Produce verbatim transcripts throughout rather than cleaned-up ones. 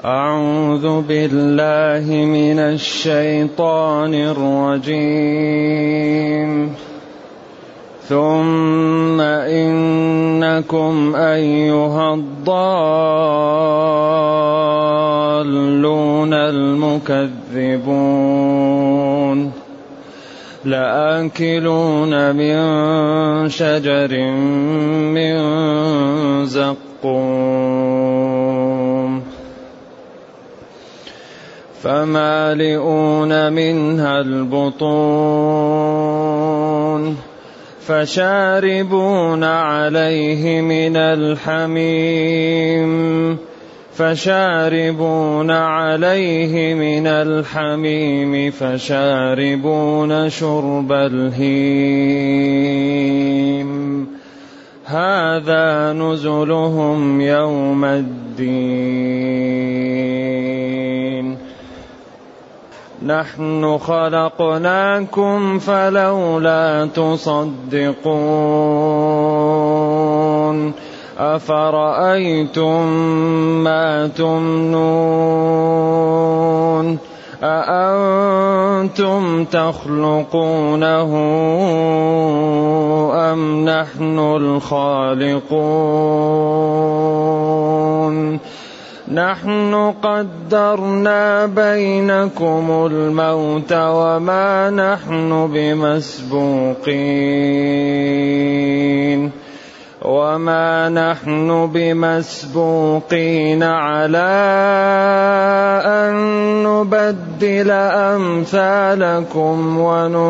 أعوذ بالله من الشيطان الرجيم. ثم إنكم أيها الضالون المكذبون لآكلون من شجر من زقوم فمالئون منها البطون فشاربون عليه من الحميم فشاربون عليه من الحميم فشاربون شرب الهيم هذا نزلهم يوم الدين نحن خلقناكم فلولا تصدقون أفرأيتم ما تمنون أأنتم تخلقونه أم نحن الخالقون نحن قدرنا بينكم الموت وما نحن بمسبوقين وما نحن بمسبوقين على أن نبدل أمثالكم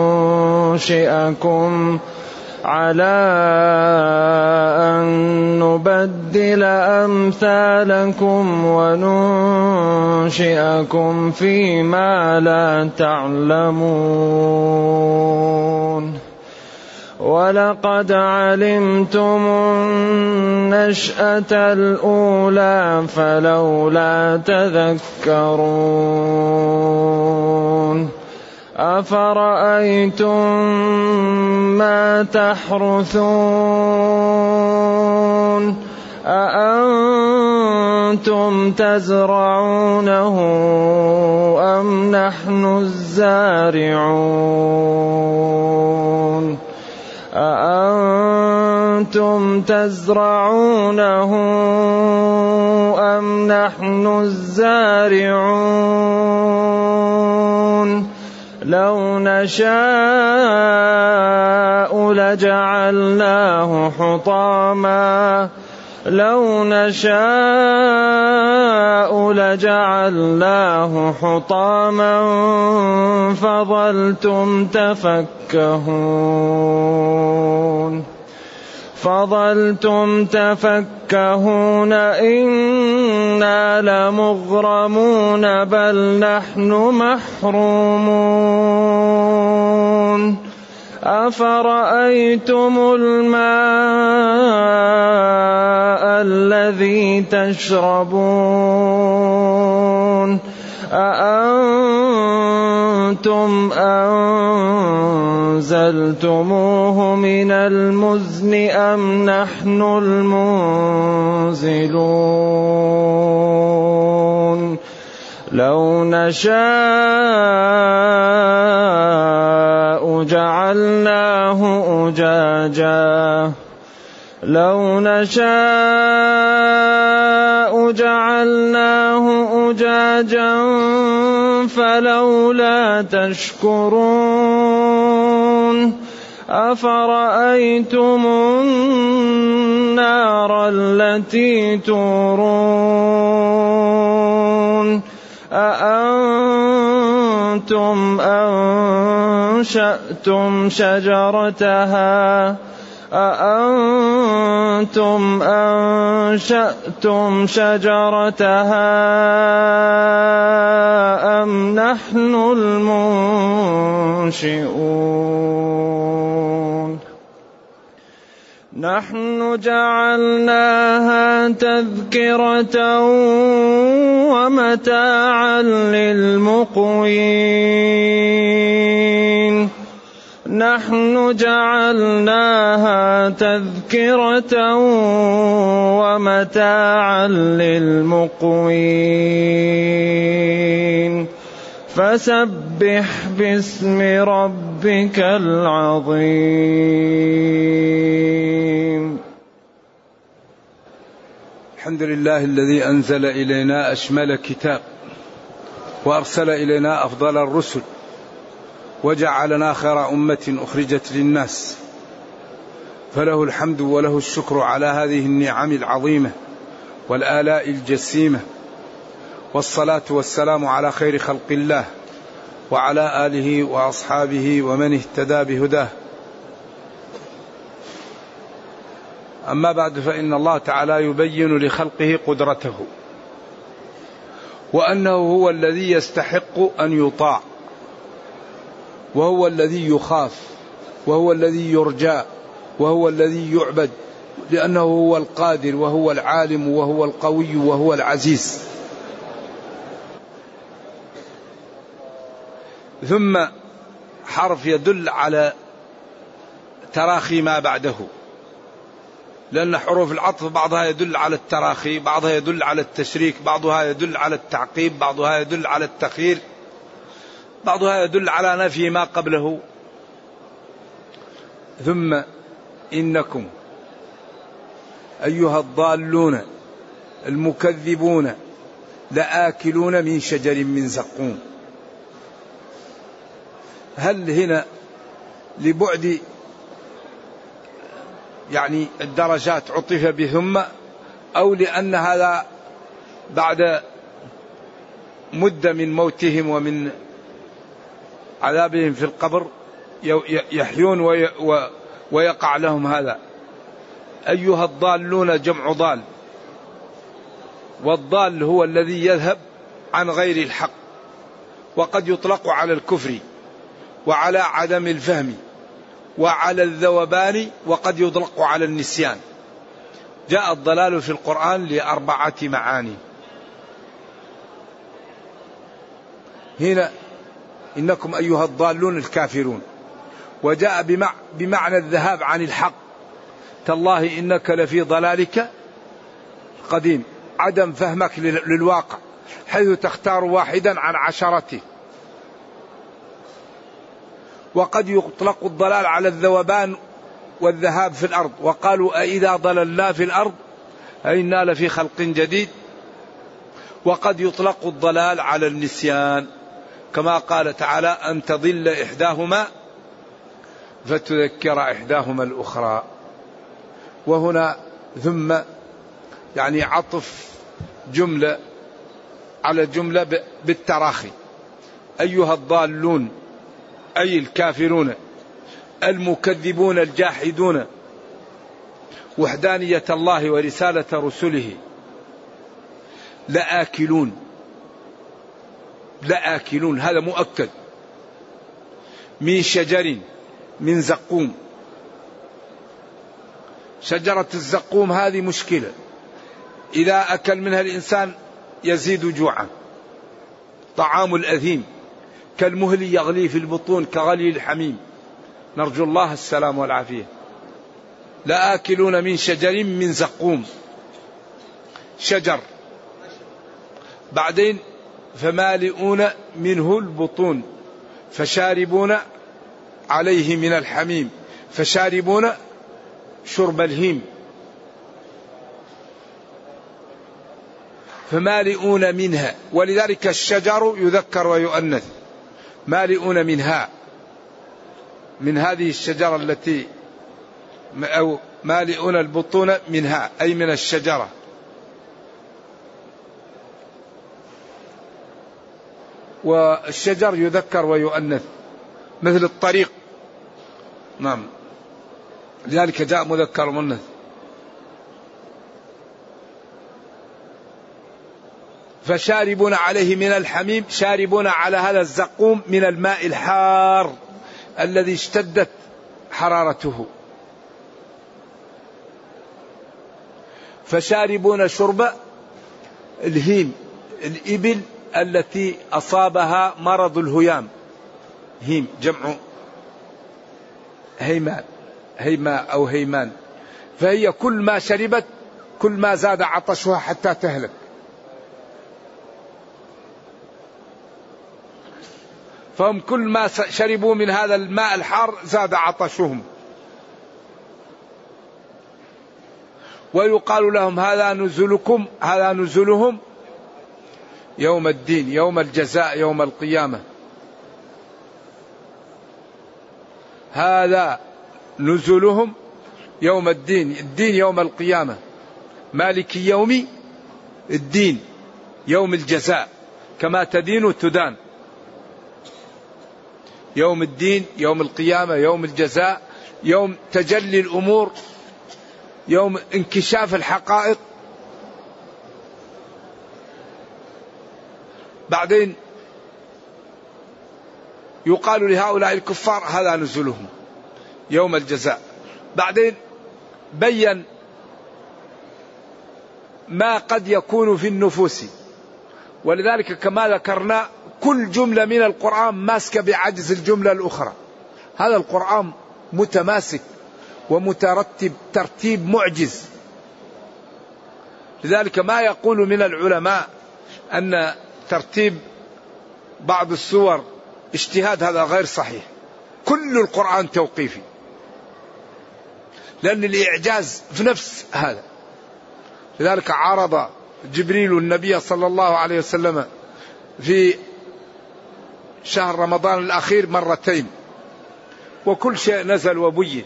وننشئكم على أن نبدل أمثالكم وننشئكم فيما لا تعلمون ولقد علمتم النشأة الأولى فلولا تذكرون أفرأيتم ما تحرثون أأنتم تزرعونه أم نحن الزارعون أأنتم تزرعونه أم نحن الزارعون لو نشاء لجعلناه حطاما لو نشاء لجعلناه حطاما فظلتم تفكهون فظلتم تفكهون إنا لمغرمون بل نحن محرومون أفرأيتم الماء الذي تشربون أأنتم أنزلتموه من المزن أم نحن المنزلون لو نشاء جعلناه أجاجا لو نشاء جعلناه أجاجا فلولا تشكرون أفرأيتم النار التي تورون أأنتم أنشأتم شجرتها أأنتم أنشأتم شجرتها أم نحن المنشئون نحن جعلناها تذكرة ومتاعا للمقوين نحن جعلناها تذكرة ومتاعا للمقوين فسبح باسم ربك العظيم. الحمد لله الذي أنزل إلينا أشمل كتاب وأرسل إلينا أفضل الرسل وجعلنا خير أمة أخرجت للناس، فله الحمد وله الشكر على هذه النعم العظيمة والآلاء الجسيمة، والصلاة والسلام على خير خلق الله وعلى آله وأصحابه ومن اهتدى بهداه. أما بعد، فإن الله تعالى يبين لخلقه قدرته وأنه هو الذي يستحق أن يطاع، وهو الذي يخاف، وهو الذي يرجى، وهو الذي يعبد، لأنه هو القادر وهو العالم وهو القوي وهو العزيز. ثم حرف يدل على تراخي ما بعده، لأن حروف العطف بعضها يدل على التراخي، بعضها يدل على التشريك، بعضها يدل على التعقيب، بعضها يدل على التخيير، بعضها يدل على نفي ما قبله. ثم إنكم أيها الضالون المكذبون لآكلون من شجر من زقوم. هل هنا لبعد يعني الدرجات عطف بثم، أو لأن هذا بعد مدة من موتهم ومن عذابهم في القبر يحيون ويقع لهم هذا؟ أيها الضالون جمع ضال، والضال هو الذي يذهب عن غير الحق، وقد يطلق على الكفر وعلى عدم الفهم وعلى الذوبان، وقد يطلق على النسيان. جاء الضلال في القرآن لأربعة معاني. هنا إنكم أيها الضالون الكافرون، وجاء بمعنى الذهاب عن الحق، تالله إنك لفي ضلالك قديم، عدم فهمك للواقع حيث تختار واحدا عن عشرته. وقد يطلق الضلال على الذوبان والذهاب في الأرض، وقالوا أئذا ضللنا في الأرض أئنا لفي خلق جديد. وقد يطلق الضلال على النسيان، كما قال تعالى أن تضل إحداهما فتذكر إحداهما الأخرى. وهنا ثم يعني عطف جملة على جملة بالتراخي. أيها الضالون أي الكافرون المكذبون الجاحدون وحدانية الله ورسالة رسله، لآكلون. لآكلون هذا مؤكد، من شجر من زقوم. شجرة الزقوم هذه مشكلة، إذا أكل منها الإنسان يزيد جوعا. طعام الأثيم كالمهل يغلي في البطون كغلي الحميم، نرجو الله السلام والعافية. لآكلون من شجر من زقوم، شجر. بعدين فمالئون منه البطون فشاربون عليه من الحميم، فشاربون شرب الهيم. فمالئون منها، ولذلك الشجر يذكر ويؤنث، مالئون منها، من هذه الشجرة التي أو مالئون البطون منها أي من الشجرة. والشجر يذكر ويؤنث مثل الطريق، نعم، لذلك جاء مذكر ومؤنث. فشاربون عليه من الحميم، شاربون على هذا الزقوم من الماء الحار الذي اشتدت حرارته. فشاربون شرب الهيم، الإبل التي أصابها مرض الهيام، هيم جمع هيمان هيماء أو هيمان، فهي كل ما شربت كل ما زاد عطشها حتى تهلك. فهم كل ما شربوا من هذا الماء الحار زاد عطشهم. ويقال لهم هذا نزلكم، هذا نزلهم يوم الدين، يوم الجزاء، يوم القيامة. هذا نزلهم يوم الدين، الدين يوم القيامة، مالك يوم الدين، يوم الجزاء، كما تدين تدان. يوم الدين، يوم القيامة، يوم الجزاء، يوم تجلي الأمور، يوم انكشاف الحقائق. بعدين يقال لهؤلاء الكفار هذا نزلهم يوم الجزاء. بعدين بين ما قد يكون في النفوس، ولذلك كما ذكرنا كل جملة من القرآن ماسكة بعجز الجملة الأخرى. هذا القرآن متماسك ومترتب ترتيب معجز. لذلك ما يقول من العلماء أن ترتيب بعض السور اجتهاد، هذا غير صحيح. كل القرآن توقيفي، لأن الإعجاز في نفس هذا. لذلك عارض جبريل النبي صلى الله عليه وسلم في شهر رمضان الأخير مرتين، وكل شيء نزل وبين.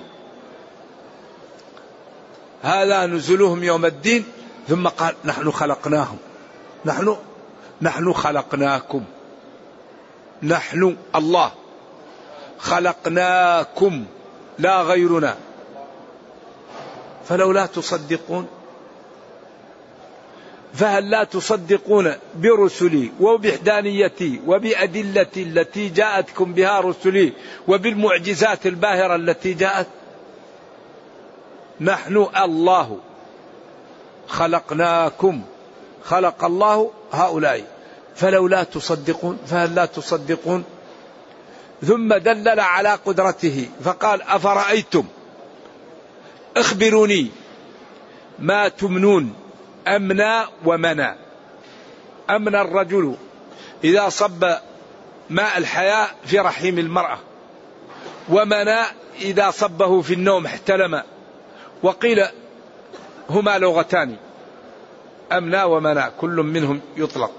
هذا نزلهم يوم الدين، ثم قال نحن خلقناهم، نحن نحن خلقناكم، نحن الله خلقناكم لا غيرنا، فلولا تصدقون. فهل لا تصدقون برسلي وبوحدانيتي وبأدلتي التي جاءتكم بها رسلي وبالمعجزات الباهرة التي جاءت؟ نحن الله خلقناكم، خلق الله هؤلاء، فلولا تصدقون. فهل لا تصدقون؟ ثم دلل على قدرته فقال أفرأيتم، اخبروني ما تمنون. أمنى ومنى. أمنى الرجل إذا صب ماء الحياة في رحم المرأة، ومنى إذا صبه في النوم احتلم. وقيل هما لغتان، أمنى ومنى كل منهم يطلق.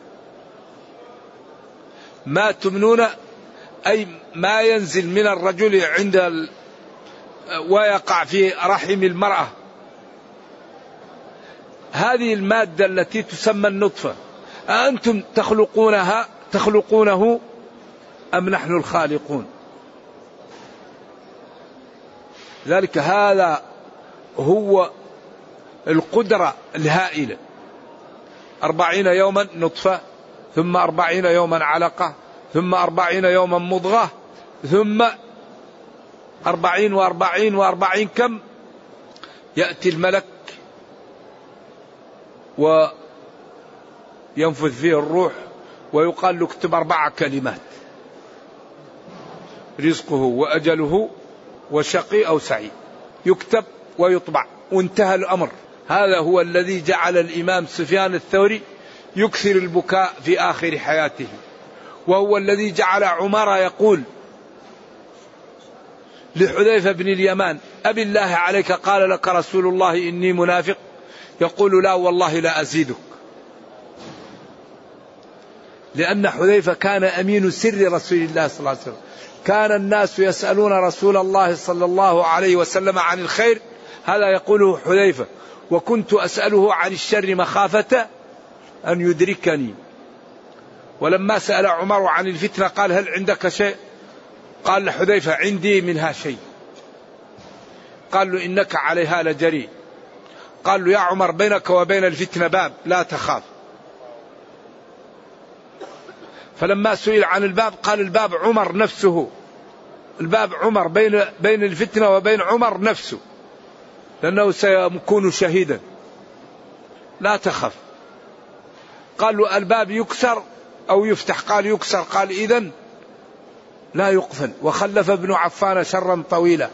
ما تمنون أي ما ينزل من الرجل عند ال... ويقع في رحم المرأة. هذه المادة التي تسمى النطفة أأنتم تخلقونها تخلقونه أم نحن الخالقون؟ ذلك هذا هو القدرة الهائلة. أربعين يوما نطفة، ثم أربعين يوما علقة، ثم أربعين يوما مضغة، ثم أربعين وأربعين وأربعين كم يأتي الملك وينفذ فيه الروح ويقال له اكتب أربع كلمات: رزقه وأجله وشقي أو سعيد. يكتب ويطبع وانتهى الأمر. هذا هو الذي جعل الإمام سفيان الثوري يكثر البكاء في آخر حياته، وهو الذي جعل عمر يقول لحذيفة بن اليمان: أبي الله عليك قال لك رسول الله إني منافق؟ يقول: لا والله لا أزيدك. لأن حذيفة كان أمين سر رسول الله صلى الله عليه وسلم. كان الناس يسألون رسول الله صلى الله عليه وسلم عن الخير، هذا يقوله حذيفة، وكنت أسأله عن الشر مخافة أن يدركني. ولما سأل عمر عن الفتنة قال: هل عندك شيء؟ قال لحذيفة: عندي منها شيء. قال له: إنك عليها لجريء. قال له: يا عمر بينك وبين الفتنة باب لا تخاف. فلما سئل عن الباب قال: الباب عمر نفسه، الباب عمر بين بين الفتنة وبين عمر نفسه، لأنه سيكون شهيدا لا تخف. قال له: الباب يكسر أو يفتح؟ قال: يكسر. قال: إذن لا يقفل. وخلف ابن عفان شرا طويلا.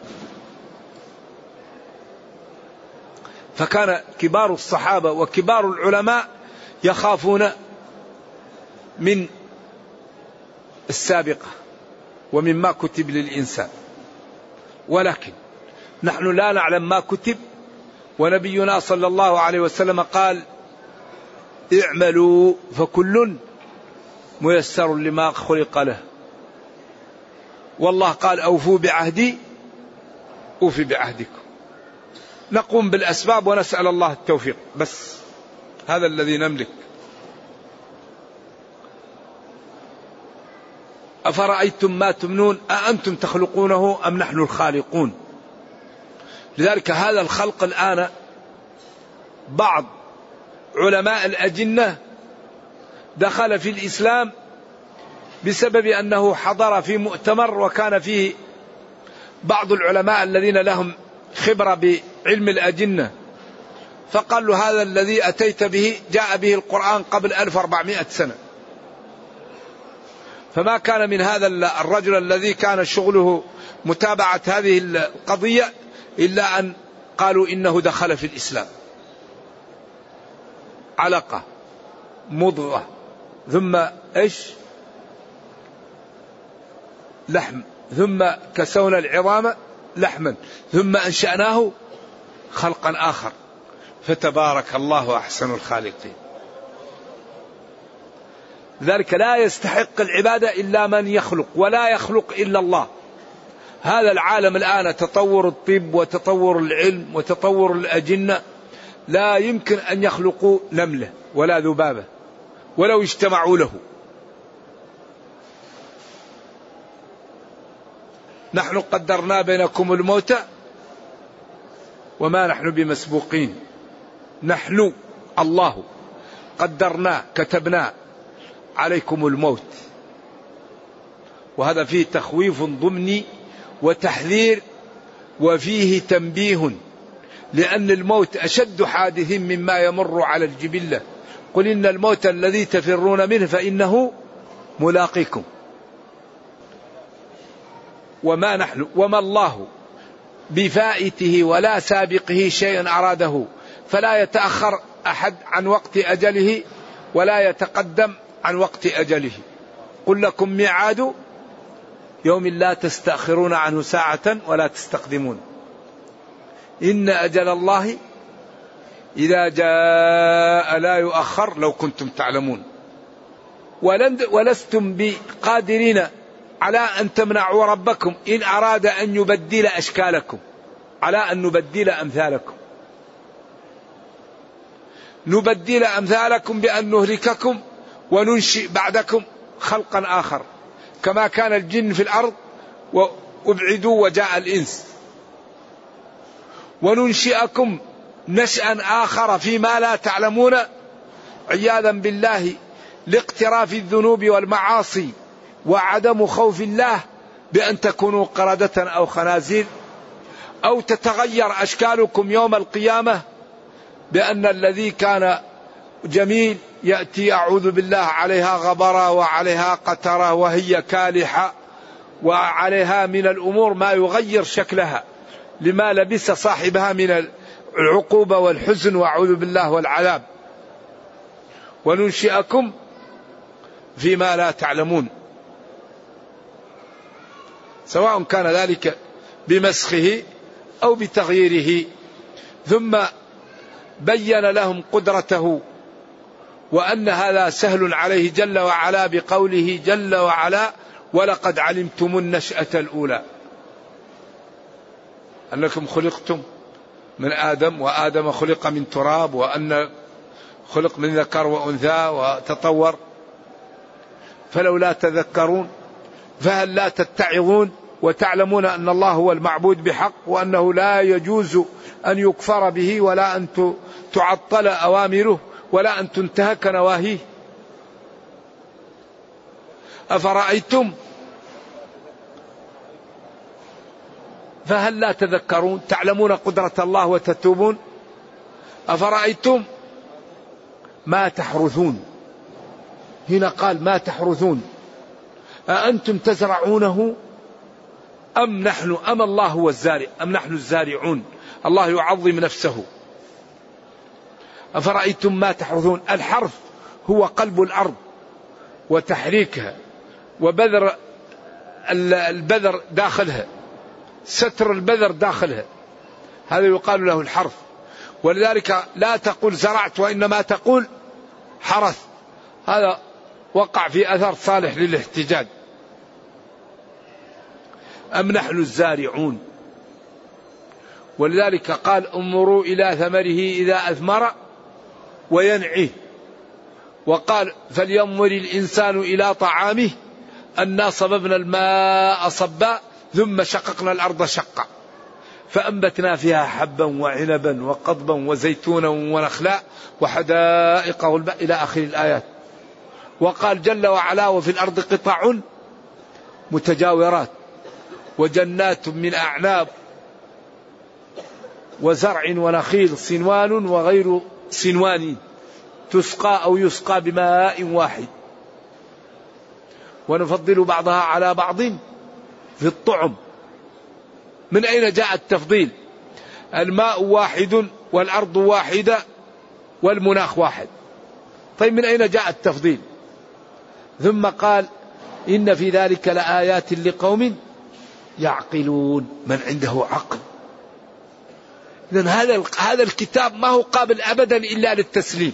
فكان كبار الصحابة وكبار العلماء يخافون من السابقة ومما كتب للإنسان، ولكن نحن لا نعلم ما كتب، ونبينا صلى الله عليه وسلم قال اعملوا فكل ميسر لما خلق له، والله قال أوفوا بعهدي أوفي بعهدكم. نقوم بالأسباب ونسأل الله التوفيق، بس هذا الذي نملك. أفرأيتم ما تمنون أأنتم تخلقونه أم نحن الخالقون. لذلك هذا الخلق الآن بعض علماء الأجنة دخل في الإسلام بسبب أنه حضر في مؤتمر وكان فيه بعض العلماء الذين لهم خبرة بعلم الأجنة، فقال له هذا الذي أتيت به جاء به القرآن قبل ألف وأربعمائة سنة. فما كان من هذا الرجل الذي كان شغله متابعة هذه القضية إلا أن قالوا إنه دخل في الإسلام. علقة مضغة ثم إيش لحم ثم كسونا العظام لحما ثم أنشأناه خلقا آخر فتبارك الله أحسن الخالقين. ذلك لا يستحق العبادة إلا من يخلق، ولا يخلق إلا الله. هذا العالم الآن تطور الطب وتطور العلم وتطور الأجنة لا يمكن أن يخلقوا نملة ولا ذبابة ولو اجتمعوا له. نحن قدرنا بينكم الموت وما نحن بمسبوقين. نحن الله قدرنا كتبنا عليكم الموت، وهذا فيه تخويف ضمني وتحذير وفيه تنبيه، لأن الموت أشد حادث مما يمر على الجبلة. قل إن الموت الذي تفرون منه فإنه ملاقيكم. وما نحن وما الله بفائته ولا سابقه شيئا أراده، فلا يتأخر أحد عن وقت أجله ولا يتقدم عن وقت أجله. قل لكم ميعاد يوم لا تستأخرون عنه ساعة ولا تستقدمون. إن أجل الله إذا جاء لا يؤخر لو كنتم تعلمون. ولستم بقادرين على أن تمنعوا ربكم إن أراد أن يبدل أشكالكم، على أن نبدل أمثالكم. نبدل أمثالكم بأن نهلككم وننشئ بعدكم خلقا آخر، كما كان الجن في الأرض وأبعدوا وجاء الإنس. وننشئكم نشأ آخر فيما لا تعلمون عياذا بالله، لاقتراف الذنوب والمعاصي وعدم خوف الله بأن تكونوا قردة أو خنازير، أو تتغير أشكالكم يوم القيامة بأن الذي كان جميل يأتي أعوذ بالله عليها غبرة وعليها قترة وهي كالحة وعليها من الأمور ما يغير شكلها لما لبس صاحبها من العقوبة والحزن وأعوذ بالله والعذاب. وننشئكم فيما لا تعلمون، سواء كان ذلك بمسخه أو بتغييره. ثم بين لهم قدرته وأن هذا سهل عليه جل وعلا بقوله جل وعلا ولقد علمتم النشأة الأولى، أنكم خلقتم من آدم وآدم خلق من تراب، وأن خلق من ذكر وأنثى وتطور. فلولا تذكرون فهل لا تتعظون وتعلمون أن الله هو المعبود بحق، وأنه لا يجوز أن يكفر به ولا أن تعطل أوامره ولا أن تنتهك نواهيه. أفرأيتم فهل لا تذكرون تعلمون قدرة الله وتتوبون. أفرأيتم ما تحرثون، هنا قال ما تحرثون. أأنتم تزرعونه أم نحن أم الله هو الزارع أم نحن الزارعون. الله يعظم نفسه. أفرأيتم ما تحرثون. الحرث هو قلب الأرض وتحريكها وبذر البذر داخلها، ستر البذر داخلها، هذا يقال له الحرث. ولذلك لا تقول زرعت وإنما تقول حرث. هذا وقع في أثر صالح للاحتجاج. أم نحن الزارعون. ولذلك قال انظروا إلى ثمره إذا أثمر وينعيه. وقال فلينظر الإنسان إلى طعامه أنا صببنا الماء صبا ثم شققنا الأرض شقا فأنبتنا فيها حبا وعنبا وقضبا وزيتونا ونخلا وحدائق غلبا إلى آخر الآيات. وقال جل وعلا وفي الأرض قطع متجاورات وجنات من أعناب وزرع ونخيل صنوان وغير صنوان تسقى أو يسقى بماء واحد ونفضل بعضها على بعض في الطعم. من أين جاء التفضيل؟ الماء واحد والأرض واحدة والمناخ واحد. طيب من أين جاء التفضيل؟ ثم قال إن في ذلك لآيات لقوم يعقلون، من عنده عقل. إذن هذا هذا الكتاب ما هو قابل أبدا إلا للتسليم.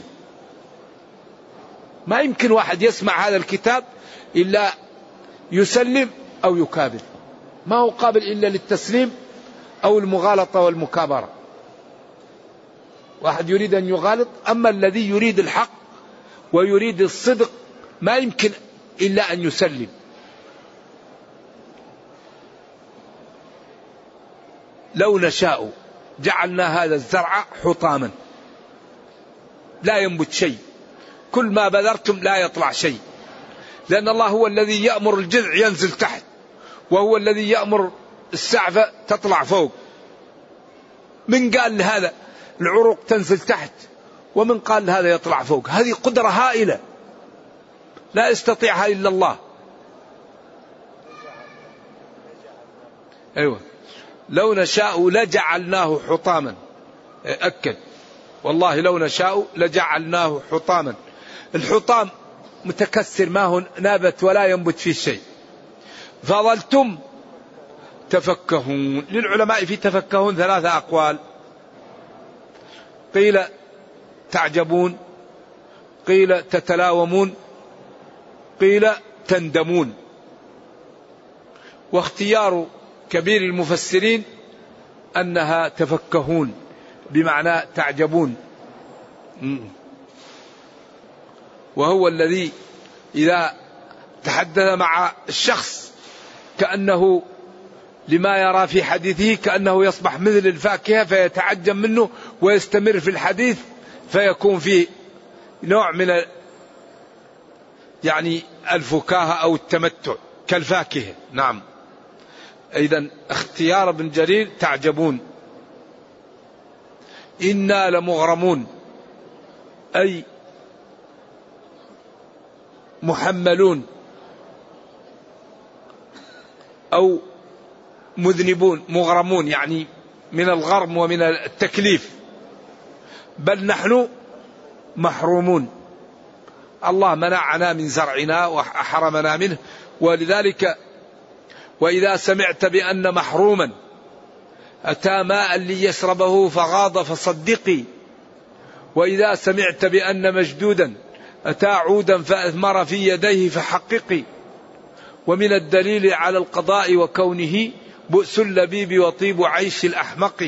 ما يمكن واحد يسمع هذا الكتاب إلا يسلم أو يكابر، ما هو قابل إلا للتسليم أو المغالطة والمكابرة. واحد يريد أن يغالط، أما الذي يريد الحق ويريد الصدق ما يمكن إلا أن يسلم. لو نشاء جعلنا هذا الزرع حطاما لا ينبت شيء، كل ما بذرتم لا يطلع شيء، لأن الله هو الذي يأمر الجذع ينزل تحت، وهو الذي يأمر السعفة تطلع فوق. من قال لهذا العروق تنزل تحت، ومن قال لهذا يطلع فوق. هذه قدرة هائلة لا يستطيعها إلا الله. أيوة لو نشاء لجعلناه حطاما. أكد والله لو نشاء لجعلناه حطاما. الحطام متكسر ما هو نابت ولا ينبت فيه شيء. فظلتم تفكهون. للعلماء في تفكهون ثلاثة أقوال، قيل تعجبون، قيل تتلاومون، قيل تندمون. واختيار كبير المفسرين أنها تفكهون بمعنى تعجبون. وهو الذي إذا تحدث مع الشخص كأنه لما يرى في حديثه كأنه يصبح مثل الفاكهة فيتعجب منه ويستمر في الحديث فيكون فيه نوع من يعني الفكاهة أو التمتع كالفاكهة. نعم. إذن اختيار ابن جرير تعجبون. إنا لمغرمون أي محملون أو مذنبون. مغرمون يعني من الغرم ومن التكليف. بل نحن محرومون. الله منعنا من زرعنا وحرمنا منه. ولذلك وإذا سمعت بأن محروما أتى ماء ليشربه فغاض فصدقي، وإذا سمعت بأن مجدودا أتى عودا فأثمر في يديه فحققي. ومن الدليل على القضاء وكونه بؤس اللبيب وطيب عيش الأحمق.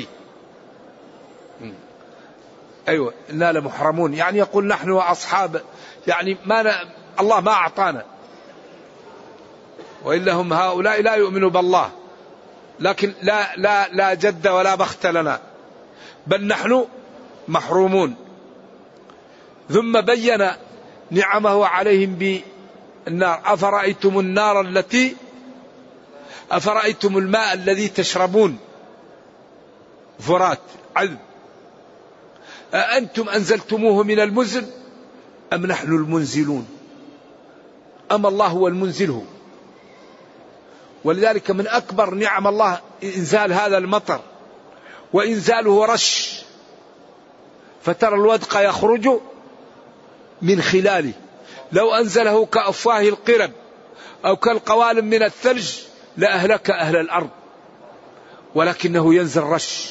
أيوة إنا لمحرمون يعني يقول نحن وأصحاب يعني ما ن... الله ما أعطانا، وإلا هم هؤلاء لا يؤمنوا بالله، لكن لا لا لا جد ولا بخت لنا، بل نحن محرومون. ثم بين نعمه عليهم بالنار. أفرأيتم النار التي أفرأيتم الماء الذي تشربون فرات عذب أأنتم أنزلتموه من المزن أم نحن المنزلون. أم الله هو المنزله ولذلك من أكبر نعم الله إنزال هذا المطر وإنزاله رش، فترى الودق يخرج من خلاله. لو أنزله كأفواه القرب أو كالقوالب من الثلج لأهلك أهل الأرض، ولكنه ينزل رش.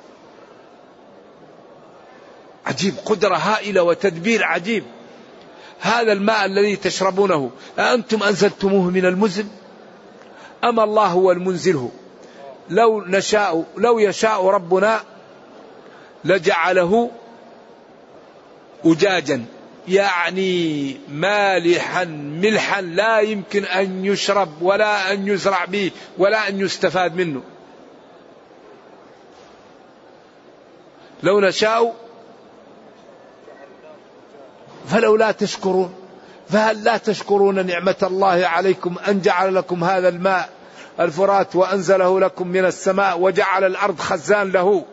عجيب، قدرة هائلة وتدبير عجيب. هذا الماء الذي تشربونه أأنتم أنزلتموه من المزن أم الله هو المنزله؟ لو نشاء لو يشاء ربنا لجعله أجاجا، يعني مالحا ملحا لا يمكن أن يشرب ولا أن يزرع به ولا أن يستفاد منه. لو نشاء فلولا تشكرون، فهل لا تشكرون نعمة الله عليكم أن جعل لكم هذا الماء الفرات وأنزله لكم من السماء وجعل الأرض خزان له.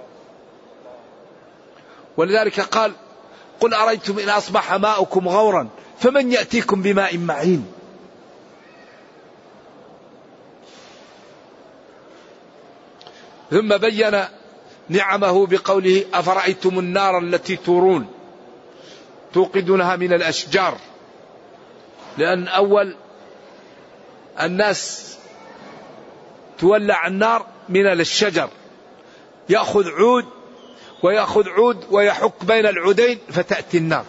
ولذلك قال قل أريتم إن أصبح ماؤكم غورا فمن يأتيكم بماء معين. ثم بين نعمه بقوله أفرأيتم النار التي تورون توقدونها من الأشجار، لأن أول الناس تولع النار من الشجر، يأخذ عود ويأخذ عود ويحك بين العودين فتأتي النار،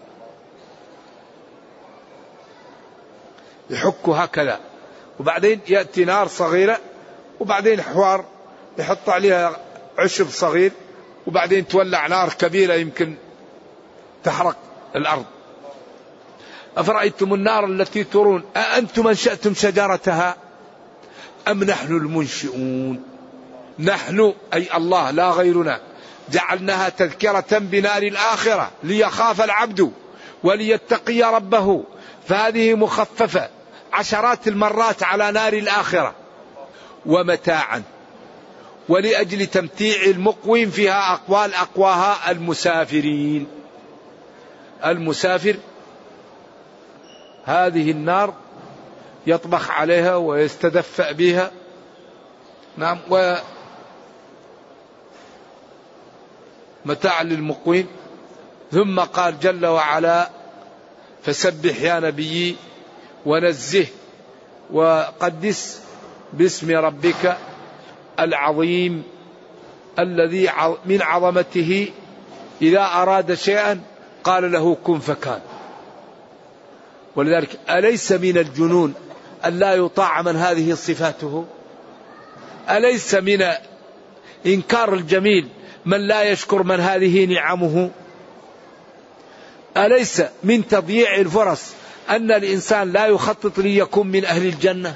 يحك هكذا، وبعدين يأتي نار صغيرة، وبعدين حوار يحط عليها عشب صغير، وبعدين تولع نار كبيرة يمكن تحرق الأرض. أفرأيتم النار التي ترون أأنتم أنشأتم شجرتها أم نحن المنشئون؟ نحن أي الله لا غيرنا، جعلناها تذكرة بنار الآخرة ليخاف العبد وليتقي ربه، فهذه مخففة عشرات المرات على نار الآخرة، ومتاعا ولأجل تمتيع المقوين فيها أقوال أقواها المسافرين. المسافر هذه النار يطبخ عليها ويستدفأ بها، نعم، ومتاع للمقوين. ثم قال جل وعلا فسبح يا نبي ونزه وقدس باسم ربك العظيم الذي من عظمته إذا أراد شيئا قال له كن فكان. ولذلك أليس من الجنون أن لا يطاع من هذه صفاته؟ أليس من إنكار الجميل من لا يشكر من هذه نعمه؟ أليس من تضييع الفرص أن الإنسان لا يخطط ليكون من أهل الجنة؟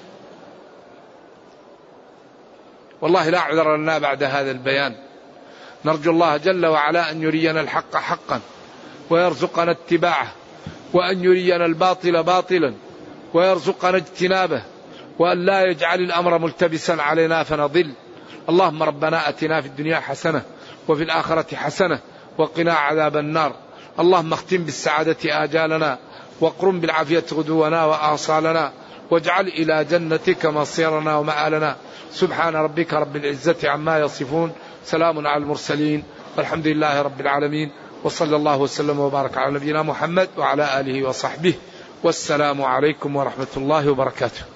والله لا عذر لنا بعد هذا البيان. نرجو الله جل وعلا أن يرينا الحق حقا ويرزقنا اتباعه، وأن يرينا الباطل باطلا ويرزقنا اجتنابه، وأن لا يجعل الأمر ملتبسا علينا فنضل. اللهم ربنا أتنا في الدنيا حسنة وفي الآخرة حسنة وقنا عذاب النار. اللهم اختم بالسعادة آجالنا واقرم بالعافية غدونا وآصالنا، واجعل إلى جنتك مصيرنا ومآلنا. سبحان ربك رب العزة عما يصفون، سلام على المرسلين، والحمد لله رب العالمين، وصلى الله وسلم وبارك على نبينا محمد وعلى آله وصحبه، والسلام عليكم ورحمة الله وبركاته.